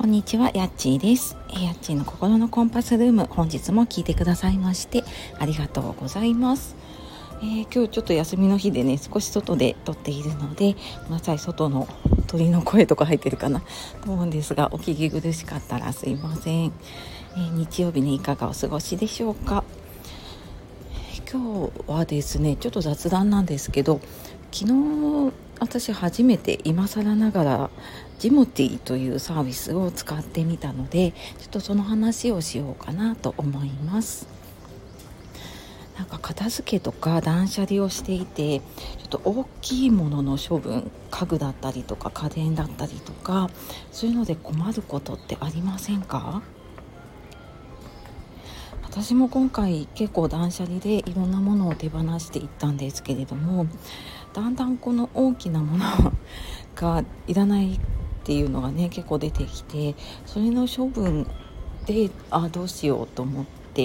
こんにちは、やっちーです。やっちーの心のコンパスルーム、本日も聞いてくださいましてありがとうございます。今日ちょっと休みの日でね、少し外で撮っているので、ごめんなさい、外の鳥の声とか入ってるかなと思うんですが、お聞き苦しかったらすいません。日曜日にいかがお過ごしでしょうか。今日はですね、ちょっと雑談なんですけど、昨日私初めて今更ながらジモティーというサービスを使ってみたので、ちょっとその話をしようかなと思います。なんか片付けとか断捨離をしていて、ちょっと大きいものの処分、家具だったりとか家電だったりとか、そういうので困ることってありませんか？私も今回結構断捨離でいろんなものを手放していったんですけれども、だんだんこの大きなものがいらないっていうのがね、結構出てきて、それの処分でどうしようと思って、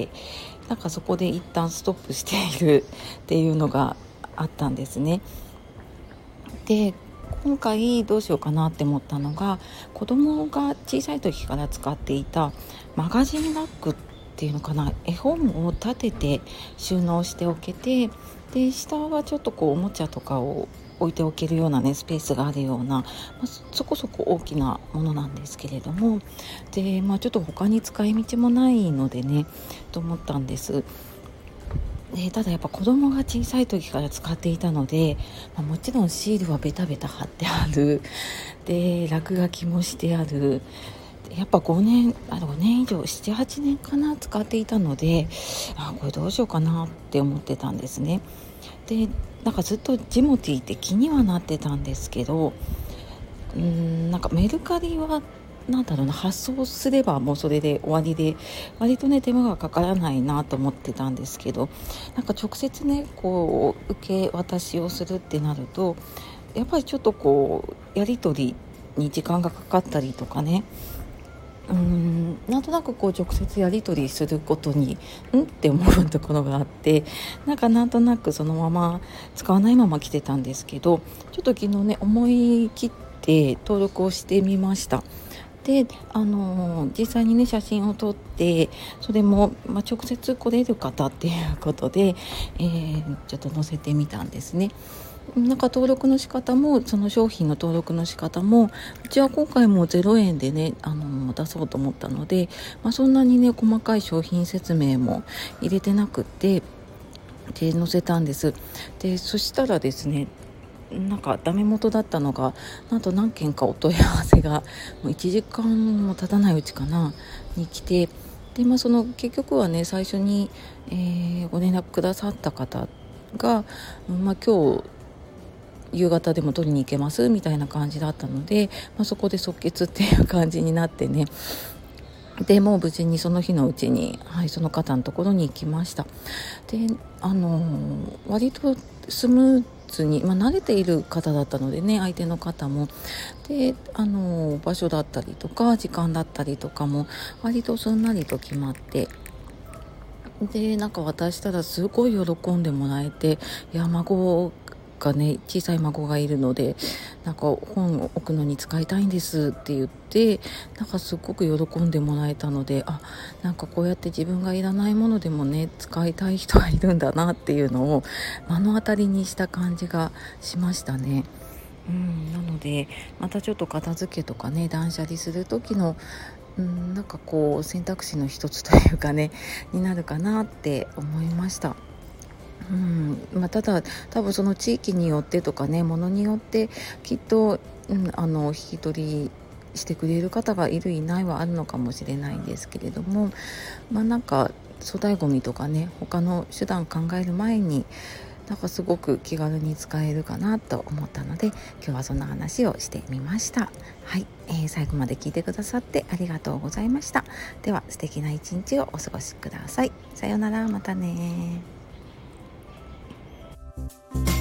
なんかそこで一旦ストップしているっていうのがあったんですね。で、今回どうしようかなって思ったのが、子供が小さい時から使っていたマガジンラックっていうのかな、絵本を立てて収納しておけて、で下はちょっとこうおもちゃとかを置いておけるようなね、スペースがあるような、そこそこ大きなものなんですけれども、で、ちょっと他に使い道もないのでねと思ったんです。でただやっぱ子供が小さい時から使っていたので、もちろんシールはベタベタ貼ってある、で落書きもしてある、やっぱ5年以上7、8年かな使っていたので、これどうしようかなって思ってたんですね。でなんかずっとジモティーって気にはなってたんですけど、なんかメルカリは発送すればもうそれで終わりで、割とね手間がかからないなと思ってたんですけど、なんか直接ねこう受け渡しをするってなると、やっぱりちょっとこうやり取りに時間がかかったりとかね、なんとなくこう直接やり取りすることにって思うところがあって、なんとなくそのまま使わないまま来てたんですけど、ちょっと昨日ね思い切って登録をしてみました。で、実際にね写真を撮って、それも、直接来れる方っていうことで、ちょっと載せてみたんですね。なんか登録の仕方も、その商品の登録の仕方も、うちは今回も0円でね出そうと思ったので、そんなにね細かい商品説明も入れてなくって、で載せたんです。でそしたらですね、なんかダメ元だったのが、なんと何件かお問い合わせがもう1時間も経たないうちかなに来て、で、その結局はね最初に、ご連絡くださった方が、今日夕方でも取りに行けますみたいな感じだったので、そこで即決っていう感じになってね、でもう無事にその日のうちに、その方のところに行きました。で、割とスムーズに、慣れている方だったのでね、相手の方もで、場所だったりとか時間だったりとかも割とすんなりと決まって、でなんか渡したらすごい喜んでもらえて、いや孫がね小さい孫がいるので、なんか本を置くのに使いたいんですって言って、なんかすごく喜んでもらえたので、なんかこうやって自分がいらないものでもね使いたい人がいるんだなっていうのを目の当たりにした感じがしましたね。なのでまたちょっと片付けとかね断捨離する時のなんかこう選択肢の一つというかねになるかなって思いました。ただ多分その地域によってとかね、ものによってきっと、引き取りしてくれる方がいるいないはあるのかもしれないんですけれども、なんか粗大ごみとかね他の手段考える前に、なんかすごく気軽に使えるかなと思ったので、今日はそんな話をしてみました。はい、最後まで聞いてくださってありがとうございました。では素敵な一日をお過ごしください。さようなら、またね。